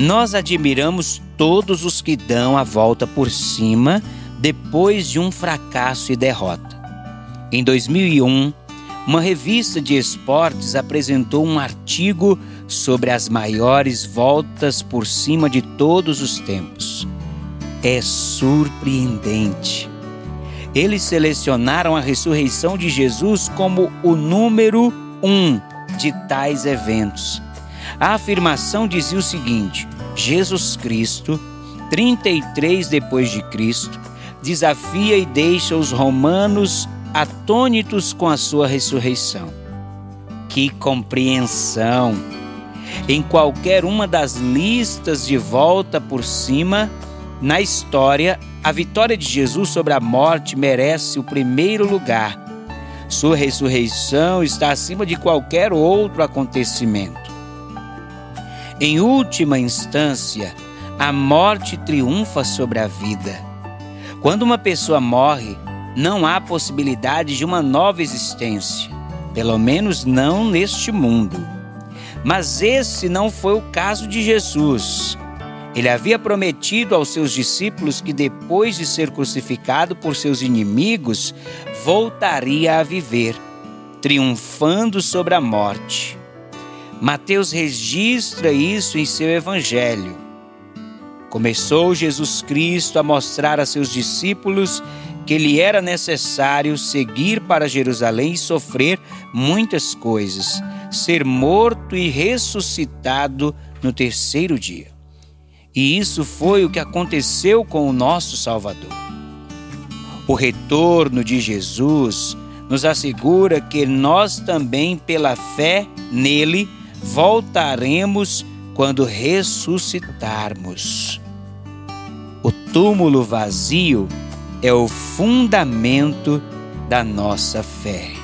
Nós admiramos todos os que dão a volta por cima depois de um fracasso e derrota. Em 2001, uma revista de esportes apresentou um artigo sobre as maiores voltas por cima de todos os tempos. É surpreendente. Eles selecionaram a ressurreição de Jesus como o número 1 de tais eventos. A afirmação dizia o seguinte: Jesus Cristo, 33 depois de Cristo, desafia e deixa os romanos atônitos com a sua ressurreição. Que compreensão! Em qualquer uma das listas de volta por cima, na história, a vitória de Jesus sobre a morte merece o primeiro lugar. Sua ressurreição está acima de qualquer outro acontecimento. Em última instância, a morte triunfa sobre a vida. Quando uma pessoa morre, não há possibilidade de uma nova existência, pelo menos não neste mundo. Mas esse não foi o caso de Jesus. Ele havia prometido aos seus discípulos que depois de ser crucificado por seus inimigos, voltaria a viver, triunfando sobre a morte. Mateus registra isso em seu evangelho. Começou Jesus Cristo a mostrar a seus discípulos que lhe era necessário seguir para Jerusalém e sofrer muitas coisas, ser morto e ressuscitado no terceiro dia. E isso foi o que aconteceu com o nosso Salvador. O retorno de Jesus nos assegura que nós também, pela fé nele, voltaremos quando ressuscitarmos. O túmulo vazio é o fundamento da nossa fé.